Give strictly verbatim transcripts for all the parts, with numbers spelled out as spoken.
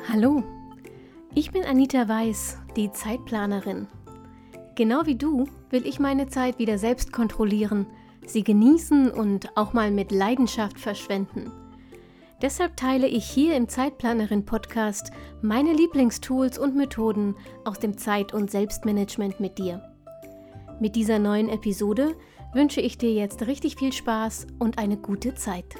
Hallo, ich bin Anita Weiß, die Zeitplanerin. Genau wie du will ich meine Zeit wieder selbst kontrollieren, sie genießen und auch mal mit Leidenschaft verschwenden. Deshalb teile ich hier im Zeitplanerin-Podcast meine Lieblingstools und Methoden aus dem Zeit- und Selbstmanagement mit dir. Mit dieser neuen Episode wünsche ich dir jetzt richtig viel Spaß und eine gute Zeit.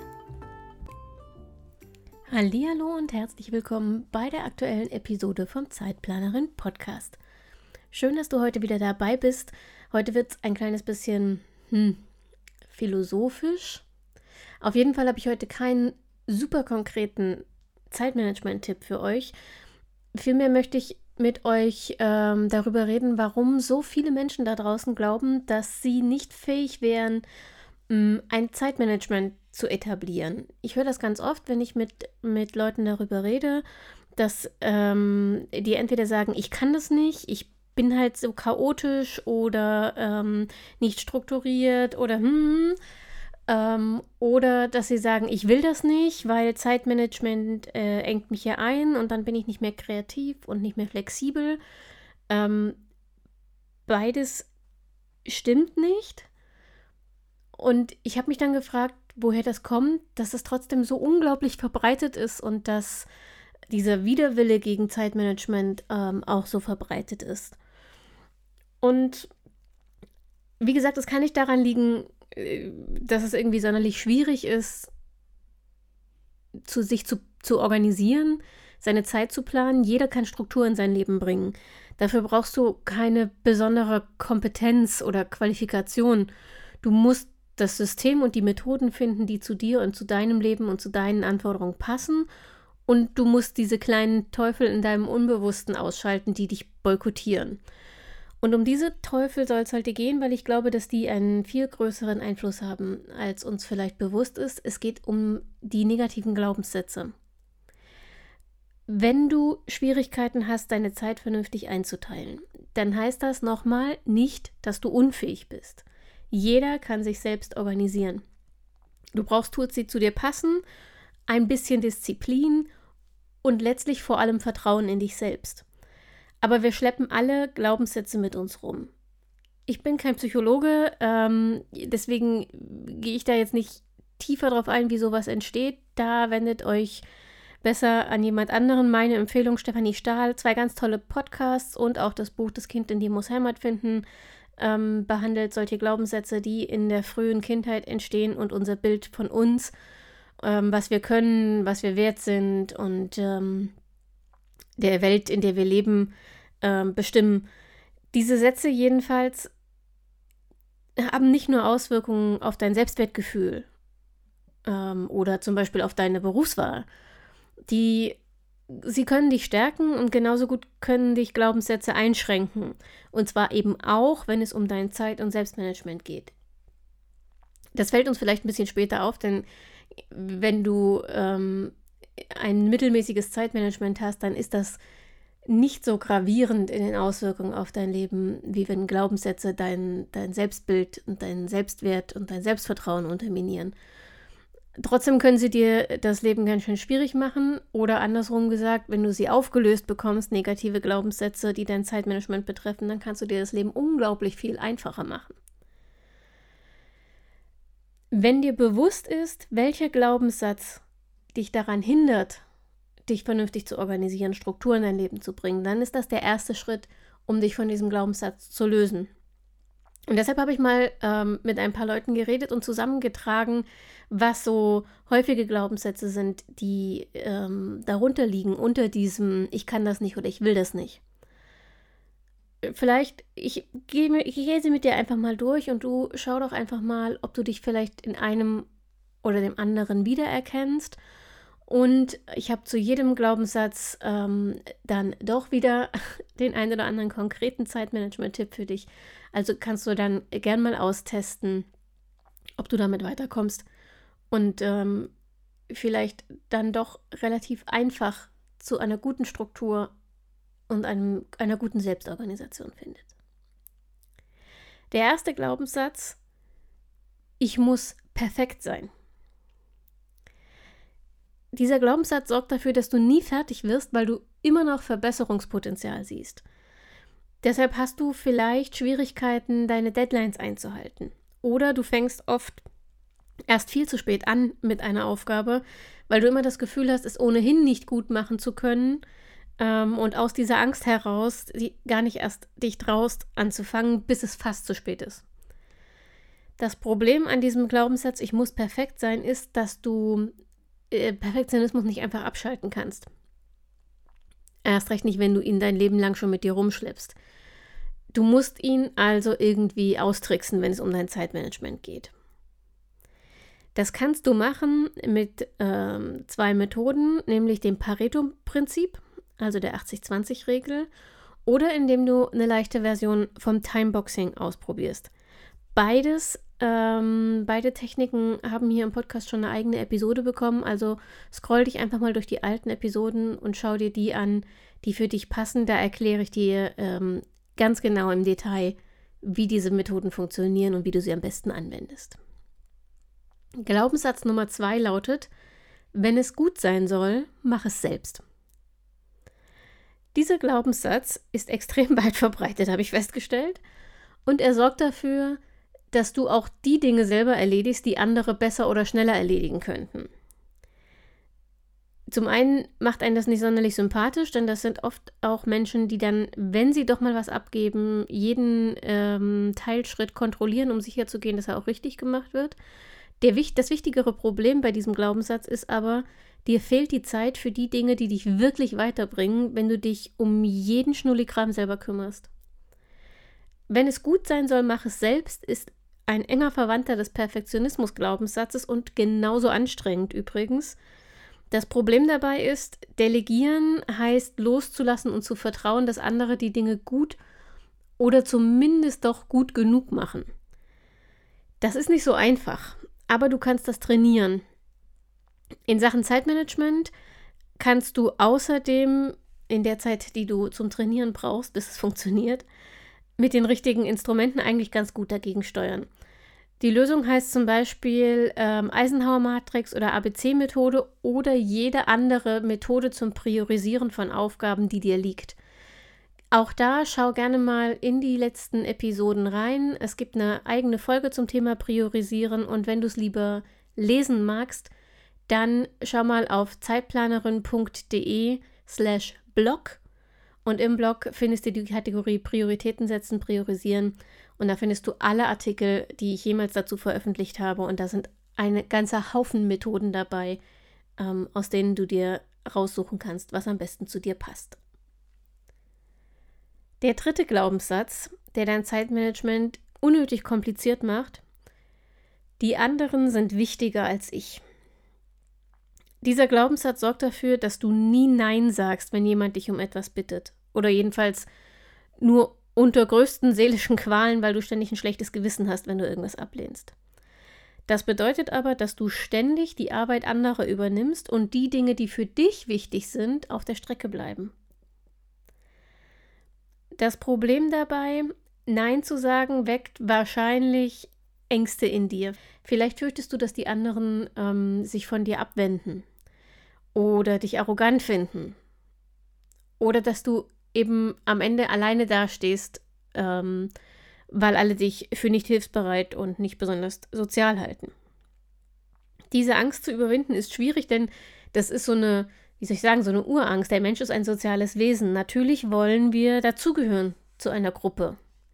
Hallihallo und herzlich willkommen bei der aktuellen Episode vom Zeitplanerin Podcast. Schön, dass du heute wieder dabei bist. Heute wird es ein kleines bisschen hm, philosophisch. Auf jeden Fall habe ich heute keinen super konkreten Zeitmanagement-Tipp für euch. Vielmehr möchte ich mit euch ähm, darüber reden, warum so viele Menschen da draußen glauben, dass sie nicht fähig wären, mh, ein Zeitmanagement zu etablieren. Ich höre das ganz oft, wenn ich mit, mit Leuten darüber rede, dass ähm, die entweder sagen, ich kann das nicht, ich bin halt so chaotisch oder ähm, nicht strukturiert oder hm, ähm, oder dass sie sagen, ich will das nicht, weil Zeitmanagement äh, engt mich ja ein und dann bin ich nicht mehr kreativ und nicht mehr flexibel. Ähm, beides stimmt nicht. Und ich habe mich dann gefragt, woher das kommt, dass es trotzdem so unglaublich verbreitet ist und dass dieser Widerwille gegen Zeitmanagement ähm, auch so verbreitet ist. Und wie gesagt, es kann nicht daran liegen, äh, dass es irgendwie sonderlich schwierig ist, zu sich zu, zu organisieren, seine Zeit zu planen. Jeder kann Struktur in sein Leben bringen. Dafür brauchst du keine besondere Kompetenz oder Qualifikation. Du musst das System und die Methoden finden, die zu dir und zu deinem Leben und zu deinen Anforderungen passen. Und du musst diese kleinen Teufel in deinem Unbewussten ausschalten, die dich boykottieren. Und um diese Teufel soll es halt gehen, weil ich glaube, dass die einen viel größeren Einfluss haben, als uns vielleicht bewusst ist. Es geht um die negativen Glaubenssätze. Wenn du Schwierigkeiten hast, deine Zeit vernünftig einzuteilen, dann heißt das nochmal nicht, dass du unfähig bist. Jeder kann sich selbst organisieren. Du brauchst Tools, die zu dir passen, ein bisschen Disziplin und letztlich vor allem Vertrauen in dich selbst. Aber wir schleppen alle Glaubenssätze mit uns rum. Ich bin kein Psychologe, ähm, deswegen gehe ich da jetzt nicht tiefer drauf ein, wie sowas entsteht. Da wendet euch besser an jemand anderen. Meine Empfehlung, Stefanie Stahl, zwei ganz tolle Podcasts und auch das Buch Das Kind in dir muss Heimat finden, ähm, behandelt solche Glaubenssätze, die in der frühen Kindheit entstehen und unser Bild von uns, ähm, was wir können, was wir wert sind und ähm, der Welt, in der wir leben, ähm, bestimmen. Diese Sätze jedenfalls haben nicht nur Auswirkungen auf dein Selbstwertgefühl ähm, oder zum Beispiel auf deine Berufswahl. Die, sie können dich stärken und genauso gut können dich Glaubenssätze einschränken. Und zwar eben auch, wenn es um dein Zeit- und Selbstmanagement geht. Das fällt uns vielleicht ein bisschen später auf, denn wenn du ähm, ein mittelmäßiges Zeitmanagement hast, dann ist das nicht so gravierend in den Auswirkungen auf dein Leben, wie wenn Glaubenssätze dein, dein Selbstbild und deinen Selbstwert und dein Selbstvertrauen unterminieren. Trotzdem können sie dir das Leben ganz schön schwierig machen oder andersrum gesagt, wenn du sie aufgelöst bekommst, negative Glaubenssätze, die dein Zeitmanagement betreffen, dann kannst du dir das Leben unglaublich viel einfacher machen. Wenn dir bewusst ist, welcher Glaubenssatz dich daran hindert, dich vernünftig zu organisieren, Struktur in dein Leben zu bringen, dann ist das der erste Schritt, um dich von diesem Glaubenssatz zu lösen. Und deshalb habe ich mal ähm, mit ein paar Leuten geredet und zusammengetragen, was so häufige Glaubenssätze sind, die ähm, darunter liegen, unter diesem ich kann das nicht oder ich will das nicht. Vielleicht, ich gehe, ich gehe sie mit dir einfach mal durch und du schau doch einfach mal, ob du dich vielleicht in einem oder dem anderen wiedererkennst. Und ich habe zu jedem Glaubenssatz ähm, dann doch wieder den einen oder anderen konkreten Zeitmanagement-Tipp für dich. Also kannst du dann gern mal austesten, ob du damit weiterkommst und ähm, vielleicht dann doch relativ einfach zu einer guten Struktur und einem, einer guten Selbstorganisation findet. Der erste Glaubenssatz: Ich muss perfekt sein. Dieser Glaubenssatz sorgt dafür, dass du nie fertig wirst, weil du immer noch Verbesserungspotenzial siehst. Deshalb hast du vielleicht Schwierigkeiten, deine Deadlines einzuhalten. Oder du fängst oft erst viel zu spät an mit einer Aufgabe, weil du immer das Gefühl hast, es ohnehin nicht gut machen zu können ähm, und aus dieser Angst heraus die, gar nicht erst dich traust anzufangen, bis es fast zu spät ist. Das Problem an diesem Glaubenssatz, ich muss perfekt sein, ist, dass du äh, Perfektionismus nicht einfach abschalten kannst. Erst recht nicht, wenn du ihn dein Leben lang schon mit dir rumschleppst. Du musst ihn also irgendwie austricksen, wenn es um dein Zeitmanagement geht. Das kannst du machen mit ähm, zwei Methoden, nämlich dem Pareto-Prinzip, also der achtzig zwanzig Regel, oder indem du eine leichte Version vom Timeboxing ausprobierst. Beides, ähm, beide Techniken haben hier im Podcast schon eine eigene Episode bekommen, also scroll dich einfach mal durch die alten Episoden und schau dir die an, die für dich passen. Da erkläre ich dir ähm, ganz genau im Detail, wie diese Methoden funktionieren und wie du sie am besten anwendest. Glaubenssatz Nummer zwei lautet, wenn es gut sein soll, mach es selbst. Dieser Glaubenssatz ist extrem weit verbreitet, habe ich festgestellt, und er sorgt dafür, dass du auch die Dinge selber erledigst, die andere besser oder schneller erledigen könnten. Zum einen macht einen das nicht sonderlich sympathisch, denn das sind oft auch Menschen, die dann, wenn sie doch mal was abgeben, jeden ähm, Teilschritt kontrollieren, um sicherzugehen, dass er auch richtig gemacht wird. Der, das wichtigere Problem bei diesem Glaubenssatz ist aber, dir fehlt die Zeit für die Dinge, die dich wirklich weiterbringen, wenn du dich um jeden Schnullikram selber kümmerst. Wenn es gut sein soll, mach es selbst, ist ein enger Verwandter des Perfektionismus-Glaubenssatzes und genauso anstrengend übrigens. Das Problem dabei ist, delegieren heißt loszulassen und zu vertrauen, dass andere die Dinge gut oder zumindest doch gut genug machen. Das ist nicht so einfach. Aber du kannst das trainieren. In Sachen Zeitmanagement kannst du außerdem in der Zeit, die du zum Trainieren brauchst, bis es funktioniert, mit den richtigen Instrumenten eigentlich ganz gut dagegen steuern. Die Lösung heißt zum Beispiel ähm, Eisenhower-Matrix oder A B C-Methode oder jede andere Methode zum Priorisieren von Aufgaben, die dir liegt. Auch da schau gerne mal in die letzten Episoden rein. Es gibt eine eigene Folge zum Thema Priorisieren und wenn du es lieber lesen magst, dann schau mal auf zeitplanerin.de slash blog und im Blog findest du die Kategorie Prioritäten setzen, priorisieren und da findest du alle Artikel, die ich jemals dazu veröffentlicht habe und da sind ein ganzer Haufen Methoden dabei, ähm, aus denen du dir raussuchen kannst, was am besten zu dir passt. Der dritte Glaubenssatz, der dein Zeitmanagement unnötig kompliziert macht: Die anderen sind wichtiger als ich. Dieser Glaubenssatz sorgt dafür, dass du nie Nein sagst, wenn jemand dich um etwas bittet. Oder jedenfalls nur unter größten seelischen Qualen, weil du ständig ein schlechtes Gewissen hast, wenn du irgendwas ablehnst. Das bedeutet aber, dass du ständig die Arbeit anderer übernimmst und die Dinge, die für dich wichtig sind, auf der Strecke bleiben. Das Problem dabei, Nein zu sagen, weckt wahrscheinlich Ängste in dir. Vielleicht fürchtest du, dass die anderen ähm, sich von dir abwenden oder dich arrogant finden oder dass du eben am Ende alleine dastehst, ähm, weil alle dich für nicht hilfsbereit und nicht besonders sozial halten. Diese Angst zu überwinden ist schwierig, denn das ist so eine Wie soll ich sagen, so eine Urangst. Der Mensch ist ein soziales Wesen. Natürlich wollen wir dazugehören zu einer Gruppe.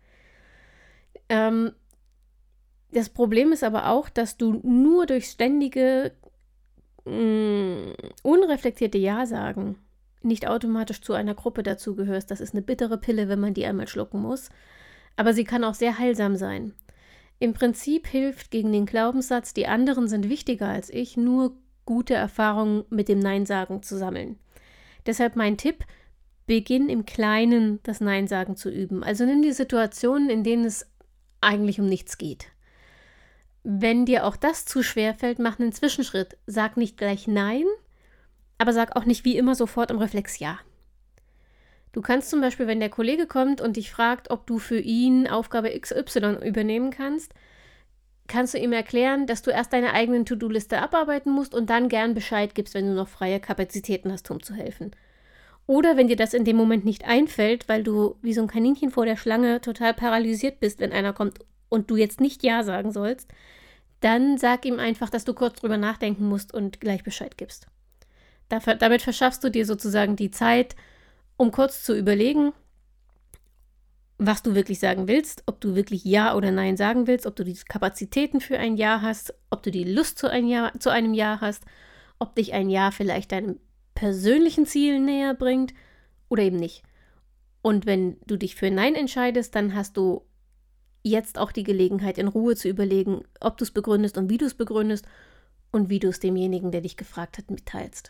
Ähm, das Problem ist aber auch, dass du nur durch ständige, mh, unreflektierte Ja-Sagen nicht automatisch zu einer Gruppe dazugehörst. Das ist eine bittere Pille, wenn man die einmal schlucken muss. Aber sie kann auch sehr heilsam sein. Im Prinzip hilft gegen den Glaubenssatz, die anderen sind wichtiger als ich, nur gute Erfahrungen mit dem Nein-Sagen zu sammeln. Deshalb mein Tipp, beginn im Kleinen das Nein-Sagen zu üben. Also nimm die Situationen, in denen es eigentlich um nichts geht. Wenn dir auch das zu schwer fällt, mach einen Zwischenschritt. Sag nicht gleich Nein, aber sag auch nicht wie immer sofort im Reflex Ja. Du kannst zum Beispiel, wenn der Kollege kommt und dich fragt, ob du für ihn Aufgabe X Y übernehmen kannst, kannst du ihm erklären, dass du erst deine eigenen To-Do-Liste abarbeiten musst und dann gern Bescheid gibst, wenn du noch freie Kapazitäten hast, um zu helfen. Oder wenn dir das in dem Moment nicht einfällt, weil du wie so ein Kaninchen vor der Schlange total paralysiert bist, wenn einer kommt und du jetzt nicht Ja sagen sollst, dann sag ihm einfach, dass du kurz drüber nachdenken musst und gleich Bescheid gibst. Dafür, damit verschaffst du dir sozusagen die Zeit, um kurz zu überlegen, was du wirklich sagen willst, ob du wirklich Ja oder Nein sagen willst, ob du die Kapazitäten für ein Ja hast, ob du die Lust zu, ein ja, zu einem Ja hast, ob dich ein Ja vielleicht deinem persönlichen Ziel näher bringt oder eben nicht. Und wenn du dich für Nein entscheidest, dann hast du jetzt auch die Gelegenheit, in Ruhe zu überlegen, ob du es begründest und wie du es begründest und wie du es demjenigen, der dich gefragt hat, mitteilst.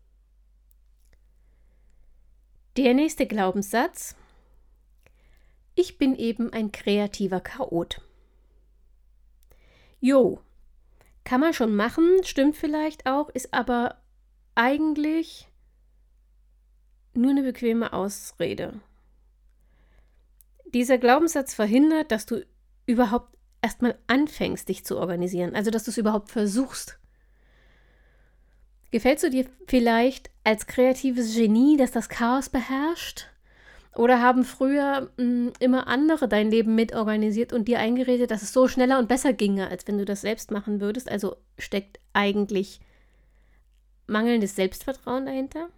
Der nächste Glaubenssatz: Ich bin eben ein kreativer Chaot. Jo, kann man schon machen, stimmt vielleicht auch, ist aber eigentlich nur eine bequeme Ausrede. Dieser Glaubenssatz verhindert, dass du überhaupt erstmal anfängst, dich zu organisieren, also dass du es überhaupt versuchst. Gefällst du dir vielleicht als kreatives Genie, das das Chaos beherrscht? Oder haben früher mh, immer andere dein Leben mitorganisiert und dir eingeredet, dass es so schneller und besser ginge, als wenn du das selbst machen würdest? Also steckt eigentlich mangelndes Selbstvertrauen dahinter?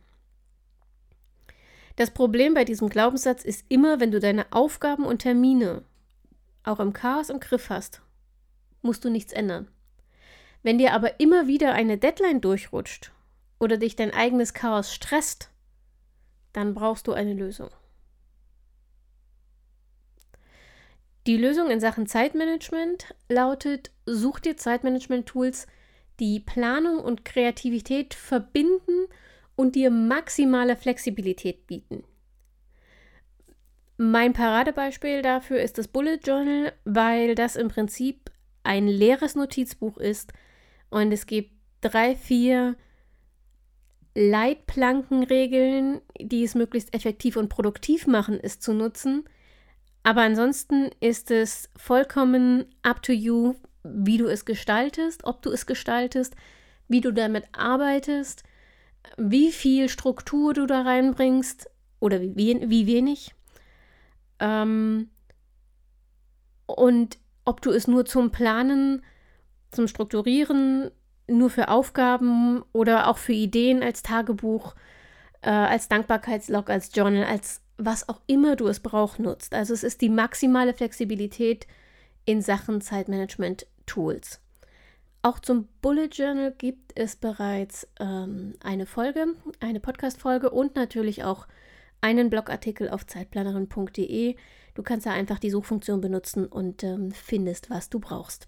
Das Problem bei diesem Glaubenssatz ist immer, wenn du deine Aufgaben und Termine auch im Chaos im Griff hast, musst du nichts ändern. Wenn dir aber immer wieder eine Deadline durchrutscht oder dich dein eigenes Chaos stresst, dann brauchst du eine Lösung. Die Lösung in Sachen Zeitmanagement lautet: Such dir Zeitmanagement-Tools, die Planung und Kreativität verbinden und dir maximale Flexibilität bieten. Mein Paradebeispiel dafür ist das Bullet Journal, weil das im Prinzip ein leeres Notizbuch ist und es gibt drei, vier Leitplankenregeln, die es möglichst effektiv und produktiv machen, es zu nutzen. Aber ansonsten ist es vollkommen up to you, wie du es gestaltest, ob du es gestaltest, wie du damit arbeitest, wie viel Struktur du da reinbringst oder wie, wie wenig. Ähm, und ob du es nur zum Planen, zum Strukturieren, nur für Aufgaben oder auch für Ideen als Tagebuch, äh, als Dankbarkeitslog, als Journal, als was auch immer du es brauchst, nutzt. Also es ist die maximale Flexibilität in Sachen Zeitmanagement-Tools. Auch zum Bullet Journal gibt es bereits ähm, eine Folge, eine Podcast-Folge und natürlich auch einen Blogartikel auf zeitplanerin punkt de. Du kannst da einfach die Suchfunktion benutzen und ähm, findest, was du brauchst.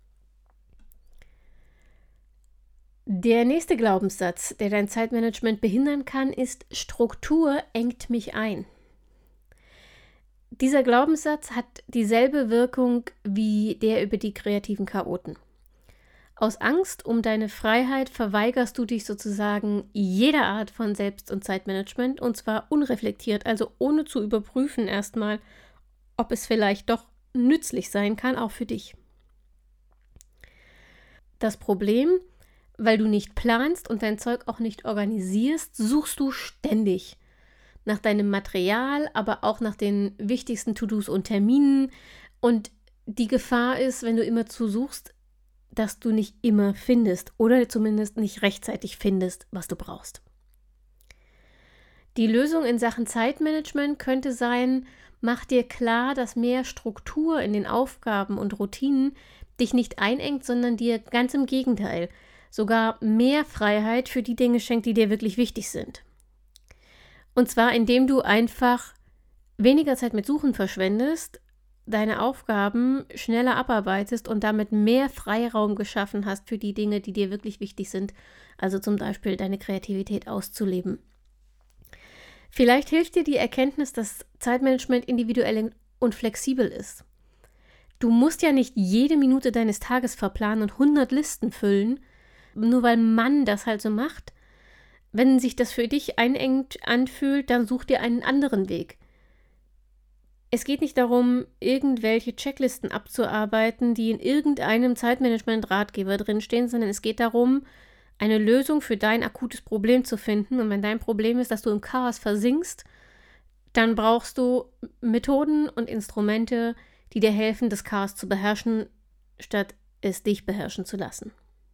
Der nächste Glaubenssatz, der dein Zeitmanagement behindern kann, ist: Struktur engt mich ein. Dieser Glaubenssatz hat dieselbe Wirkung wie der über die kreativen Chaoten. Aus Angst um deine Freiheit verweigerst du dich sozusagen jeder Art von Selbst- und Zeitmanagement, und zwar unreflektiert, also ohne zu überprüfen erstmal, ob es vielleicht doch nützlich sein kann, auch für dich. Das Problem: Weil du nicht planst und dein Zeug auch nicht organisierst, suchst du ständig nach deinem Material, aber auch nach den wichtigsten To-Dos und Terminen. Und die Gefahr ist, wenn du immer zu suchst, dass du nicht immer findest oder zumindest nicht rechtzeitig findest, was du brauchst. Die Lösung in Sachen Zeitmanagement könnte sein: Mach dir klar, dass mehr Struktur in den Aufgaben und Routinen dich nicht einengt, sondern dir ganz im Gegenteil sogar mehr Freiheit für die Dinge schenkt, die dir wirklich wichtig sind. Und zwar, indem du einfach weniger Zeit mit Suchen verschwendest, deine Aufgaben schneller abarbeitest und damit mehr Freiraum geschaffen hast für die Dinge, die dir wirklich wichtig sind, also zum Beispiel deine Kreativität auszuleben. Vielleicht hilft dir die Erkenntnis, dass Zeitmanagement individuell und flexibel ist. Du musst ja nicht jede Minute deines Tages verplanen und hundert Listen füllen, nur weil man das halt so macht. Wenn sich das für dich einengt anfühlt, dann such dir einen anderen Weg. Es geht nicht darum, irgendwelche Checklisten abzuarbeiten, die in irgendeinem Zeitmanagement-Ratgeber drinstehen, sondern es geht darum, eine Lösung für dein akutes Problem zu finden. Und wenn dein Problem ist, dass du im Chaos versinkst, dann brauchst du Methoden und Instrumente, die dir helfen, das Chaos zu beherrschen, statt es dich beherrschen zu lassen.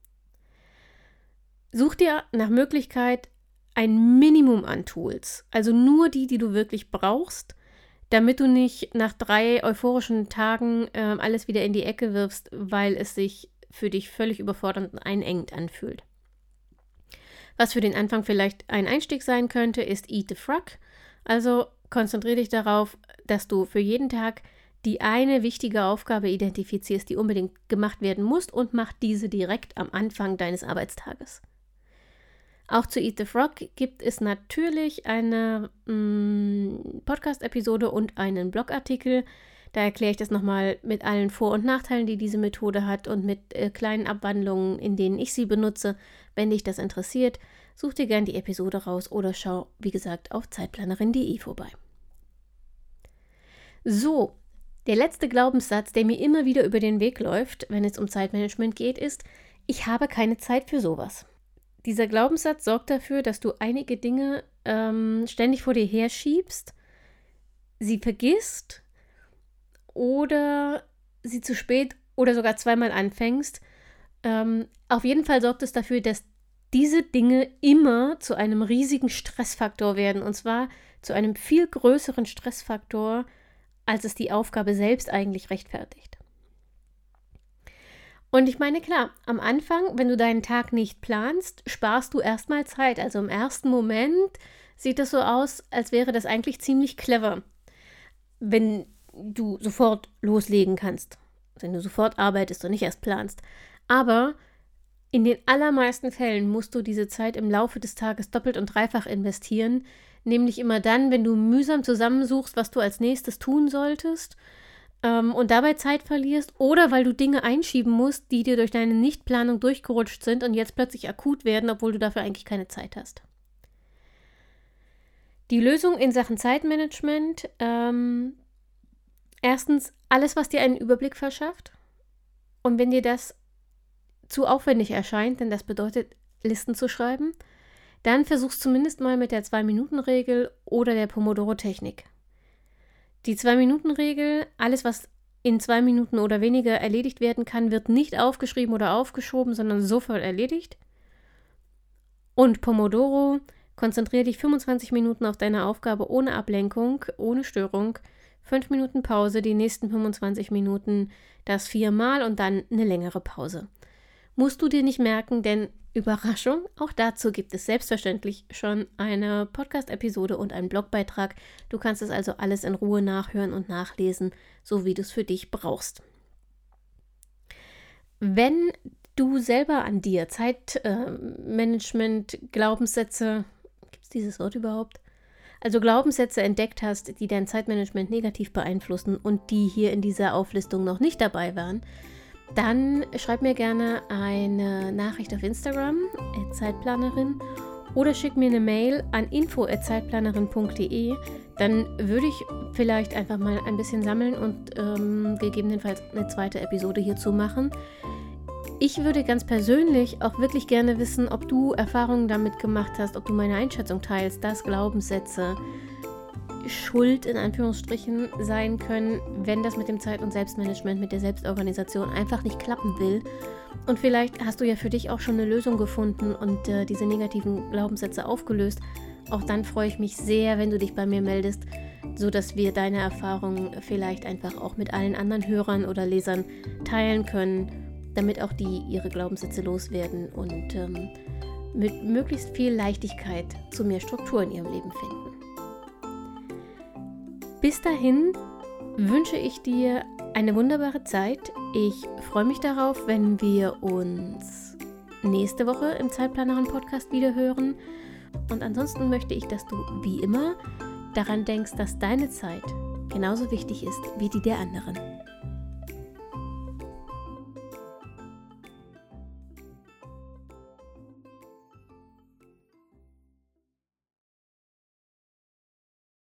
Such dir nach Möglichkeit ein Minimum an Tools, also nur die, die du wirklich brauchst, damit du nicht nach drei euphorischen Tagen äh, alles wieder in die Ecke wirfst, weil es sich für dich völlig überfordernd und einengend anfühlt. Was für den Anfang vielleicht ein Einstieg sein könnte, ist Eat the Frog. Also konzentriere dich darauf, dass du für jeden Tag die eine wichtige Aufgabe identifizierst, die unbedingt gemacht werden muss, und mach diese direkt am Anfang deines Arbeitstages. Auch zu Eat the Frog gibt es natürlich eine mh, Podcast-Episode und einen Blogartikel. Da erkläre ich das nochmal mit allen Vor- und Nachteilen, die diese Methode hat, und mit äh, kleinen Abwandlungen, in denen ich sie benutze. Wenn dich das interessiert, such dir gerne die Episode raus oder schau, wie gesagt, auf zeitplanerin punkt de vorbei. So, der letzte Glaubenssatz, der mir immer wieder über den Weg läuft, wenn es um Zeitmanagement geht, ist: Ich habe keine Zeit für sowas. Dieser Glaubenssatz sorgt dafür, dass du einige Dinge ähm, ständig vor dir herschiebst, sie vergisst oder sie zu spät oder sogar zweimal anfängst. Ähm, auf jeden Fall sorgt es dafür, dass diese Dinge immer zu einem riesigen Stressfaktor werden, und zwar zu einem viel größeren Stressfaktor, als es die Aufgabe selbst eigentlich rechtfertigt. Und ich meine, klar, am Anfang, wenn du deinen Tag nicht planst, sparst du erstmal Zeit. Also im ersten Moment sieht es so aus, als wäre das eigentlich ziemlich clever, wenn du sofort loslegen kannst, wenn du sofort arbeitest und nicht erst planst. Aber in den allermeisten Fällen musst du diese Zeit im Laufe des Tages doppelt und dreifach investieren, nämlich immer dann, wenn du mühsam zusammensuchst, was du als nächstes tun solltest, ähm, und dabei Zeit verlierst, oder weil du Dinge einschieben musst, die dir durch deine Nichtplanung durchgerutscht sind und jetzt plötzlich akut werden, obwohl du dafür eigentlich keine Zeit hast. Die Lösung in Sachen Zeitmanagement: ähm, erstens, alles, was dir einen Überblick verschafft. Und wenn dir das zu aufwendig erscheint, denn das bedeutet, Listen zu schreiben, dann versuch's zumindest mal mit der zwei-Minuten-Regel oder der Pomodoro-Technik. Die zwei-Minuten-Regel: alles, was in zwei Minuten oder weniger erledigt werden kann, wird nicht aufgeschrieben oder aufgeschoben, sondern sofort erledigt. Und Pomodoro: konzentriere dich fünfundzwanzig Minuten auf deine Aufgabe ohne Ablenkung, ohne Störung, fünf Minuten Pause, die nächsten fünfundzwanzig Minuten, das viermal und dann eine längere Pause. Musst du dir nicht merken, denn Überraschung, auch dazu gibt es selbstverständlich schon eine Podcast-Episode und einen Blogbeitrag. Du kannst es also alles in Ruhe nachhören und nachlesen, so wie du es für dich brauchst. Wenn du selber an dir Zeitmanagement, äh, Glaubenssätze, gibt es dieses Wort überhaupt? Also Glaubenssätze entdeckt hast, die dein Zeitmanagement negativ beeinflussen und die hier in dieser Auflistung noch nicht dabei waren, dann schreib mir gerne eine Nachricht auf Instagram, at zeitplanerin, oder schick mir eine Mail an info at zeitplanerin punkt de. Dann würde ich vielleicht einfach mal ein bisschen sammeln und ähm, gegebenenfalls eine zweite Episode hierzu machen. Ich würde ganz persönlich auch wirklich gerne wissen, ob du Erfahrungen damit gemacht hast, ob du meine Einschätzung teilst, dass Glaubenssätze Schuld in Anführungsstrichen sein können, wenn das mit dem Zeit- und Selbstmanagement, mit der Selbstorganisation einfach nicht klappen will. Und vielleicht hast du ja für dich auch schon eine Lösung gefunden und äh, diese negativen Glaubenssätze aufgelöst. Auch dann freue ich mich sehr, wenn du dich bei mir meldest, sodass wir deine Erfahrungen vielleicht einfach auch mit allen anderen Hörern oder Lesern teilen können, damit auch die ihre Glaubenssätze loswerden und ähm, mit möglichst viel Leichtigkeit zu mehr Struktur in ihrem Leben finden. Bis dahin wünsche ich dir eine wunderbare Zeit. Ich freue mich darauf, wenn wir uns nächste Woche im Zeitplanerin-Podcast wieder hören. Und ansonsten möchte ich, dass du wie immer daran denkst, dass deine Zeit genauso wichtig ist wie die der anderen.